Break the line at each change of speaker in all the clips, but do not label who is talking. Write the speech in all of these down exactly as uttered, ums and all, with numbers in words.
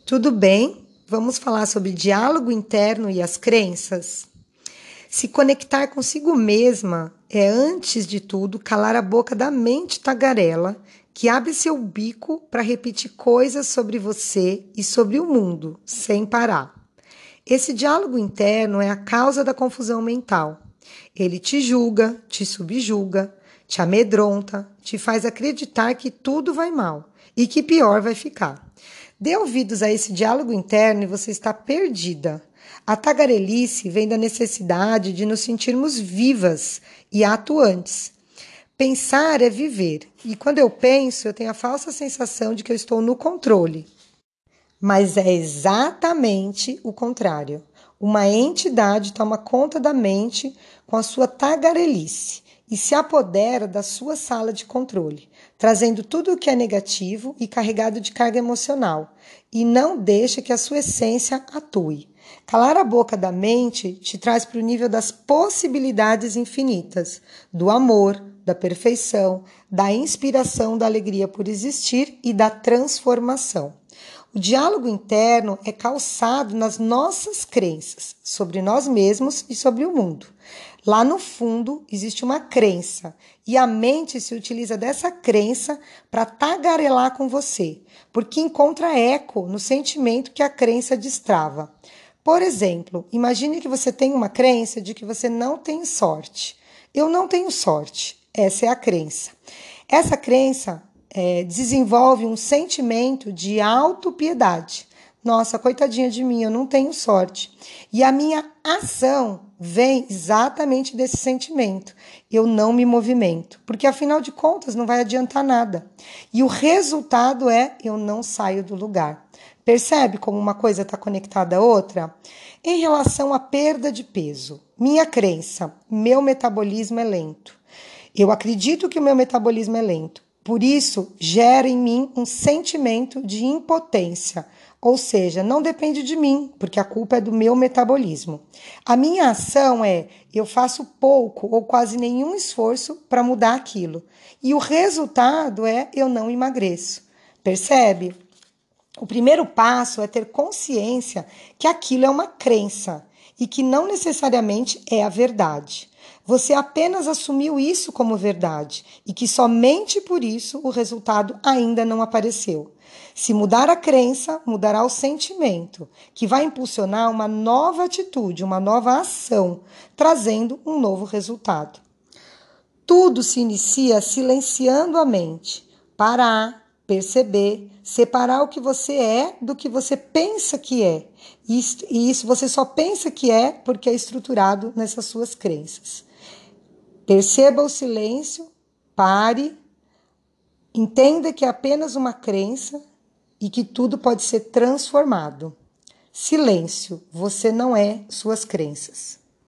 Tudo bem? Vamos falar sobre diálogo interno e as crenças? Se conectar consigo mesma é, antes de tudo, calar a boca da mente tagarela que abre seu bico para repetir coisas sobre você e sobre o mundo, sem parar. Esse diálogo interno é a causa da confusão mental. Ele te julga, te subjuga, te amedronta, te faz acreditar que tudo vai mal e que pior vai ficar. Dê ouvidos a esse diálogo interno e você está perdida. A tagarelice vem da necessidade de nos sentirmos vivas e atuantes. Pensar é viver, e quando eu penso, eu tenho a falsa sensação de que eu estou no controle. Mas é exatamente o contrário. Uma entidade toma conta da mente com a sua tagarelice e se apodera da sua sala de controle, trazendo tudo o que é negativo e carregado de carga emocional, e não deixa que a sua essência atue. Calar a boca da mente te traz para o nível das possibilidades infinitas, do amor, da perfeição, da inspiração, da alegria por existir e da transformação. O diálogo interno é calçado nas nossas crenças sobre nós mesmos e sobre o mundo. Lá no fundo existe uma crença e a mente se utiliza dessa crença para tagarelar com você, porque encontra eco no sentimento que a crença destrava. Por exemplo, imagine que você tem uma crença de que você não tem sorte. Eu não tenho sorte, essa é a crença. Essa crença É, desenvolve um sentimento de autopiedade. Nossa, coitadinha de mim, eu não tenho sorte. E a minha ação vem exatamente desse sentimento. Eu não me movimento, porque afinal de contas não vai adiantar nada. E o resultado é eu não saio do lugar. Percebe como uma coisa está conectada à outra? Em relação à perda de peso, minha crença, meu metabolismo é lento. Eu acredito que o meu metabolismo é lento. Por isso, gera em mim um sentimento de impotência, ou seja, não depende de mim, porque a culpa é do meu metabolismo. A minha ação é, eu faço pouco ou quase nenhum esforço para mudar aquilo, e o resultado é, eu não emagreço. Percebe? O primeiro passo é ter consciência que aquilo é uma crença e que não necessariamente é a verdade. Você apenas assumiu isso como verdade e que somente por isso o resultado ainda não apareceu. Se mudar a crença, mudará o sentimento, que vai impulsionar uma nova atitude, uma nova ação, trazendo um novo resultado. Tudo se inicia silenciando a mente. Parar, perceber, separar o que você é do que você pensa que é. E isso você só pensa que é porque é estruturado nessas suas crenças. Perceba o silêncio, pare, entenda que é apenas uma crença e que tudo pode ser transformado. Silêncio, você não é suas crenças.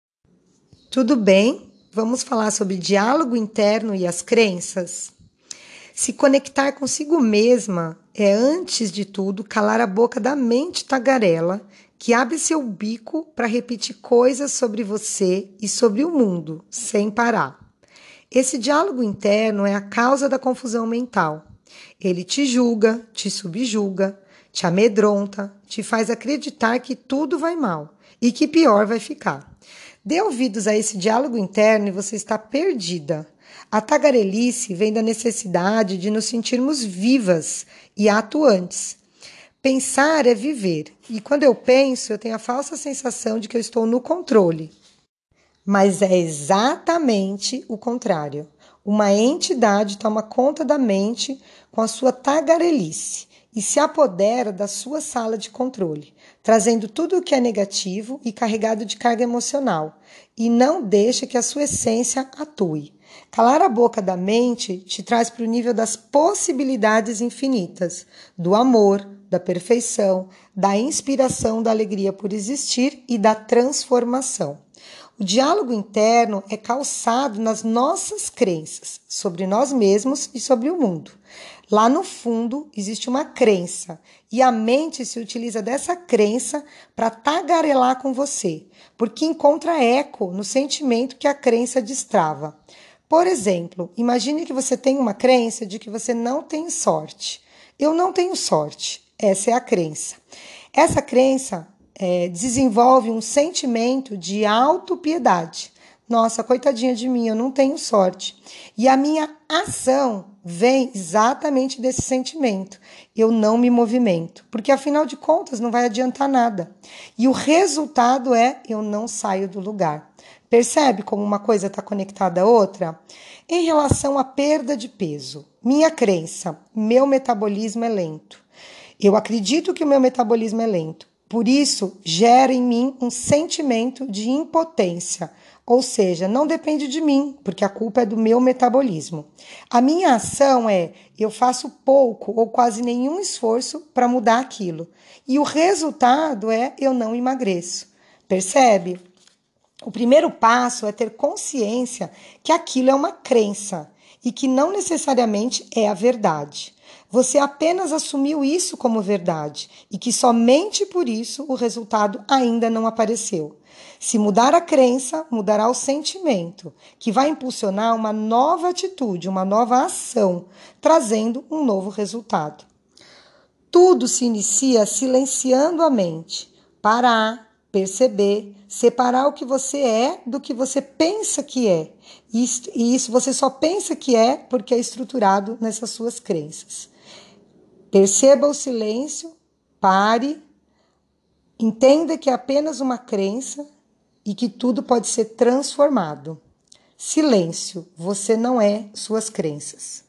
Tudo bem? Vamos falar sobre diálogo interno e as crenças? Se conectar consigo mesma é, antes de tudo, calar a boca da mente tagarela que abre seu bico para repetir coisas sobre você e sobre o mundo, sem parar. Esse diálogo interno é a causa da confusão mental. Ele te julga, te subjuga, te amedronta, te faz acreditar que tudo vai mal e que pior vai ficar. Dê ouvidos a esse diálogo interno e você está perdida. A tagarelice vem da necessidade de nos sentirmos vivas e atuantes. Pensar é viver, e quando eu penso, eu tenho a falsa sensação de que eu estou no controle. Mas é exatamente o contrário. Uma entidade toma conta da mente com a sua tagarelice e se apodera da sua sala de controle, trazendo tudo o que é negativo e carregado de carga emocional, e não deixa que a sua essência atue. Calar a boca da mente te traz para o nível das possibilidades infinitas, do amor, da perfeição, da inspiração, da alegria por existir e da transformação. O diálogo interno é calçado nas nossas crenças sobre nós mesmos e sobre o mundo. Lá no fundo existe uma crença e a mente se utiliza dessa crença para tagarelar com você, porque encontra eco no sentimento que a crença destrava. Por exemplo, imagine que você tem uma crença de que você não tem sorte. Eu não tenho sorte, Essa é a crença. Essa crença é, desenvolve um sentimento de autopiedade. Nossa, coitadinha de mim, eu não tenho sorte. E a minha ação vem exatamente desse sentimento. Eu não me movimento, porque afinal de contas não vai adiantar nada. E o resultado é eu não saio do lugar. Percebe como uma coisa está conectada à outra? Em relação à perda de peso, minha crença, meu metabolismo é lento. Eu acredito que o meu metabolismo é lento. Por isso, gera em mim um sentimento de impotência. Ou seja, não depende de mim, porque a culpa é do meu metabolismo. A minha ação é, eu faço pouco ou quase nenhum esforço para mudar aquilo. E o resultado é, eu não emagreço. Percebe? O primeiro passo é ter consciência que aquilo é uma crença e que não necessariamente é a verdade. Você apenas assumiu isso como verdade e que somente por isso o resultado ainda não apareceu. Se mudar a crença, mudará o sentimento, que vai impulsionar uma nova atitude, uma nova ação, trazendo um novo resultado. Tudo se inicia silenciando a mente. Parar, perceber, separar o que você é do que você pensa que é. E isso você só pensa que é porque é estruturado nessas suas crenças. Perceba o silêncio, pare, entenda que é apenas uma crença e que tudo pode ser transformado. Silêncio, você não é suas crenças.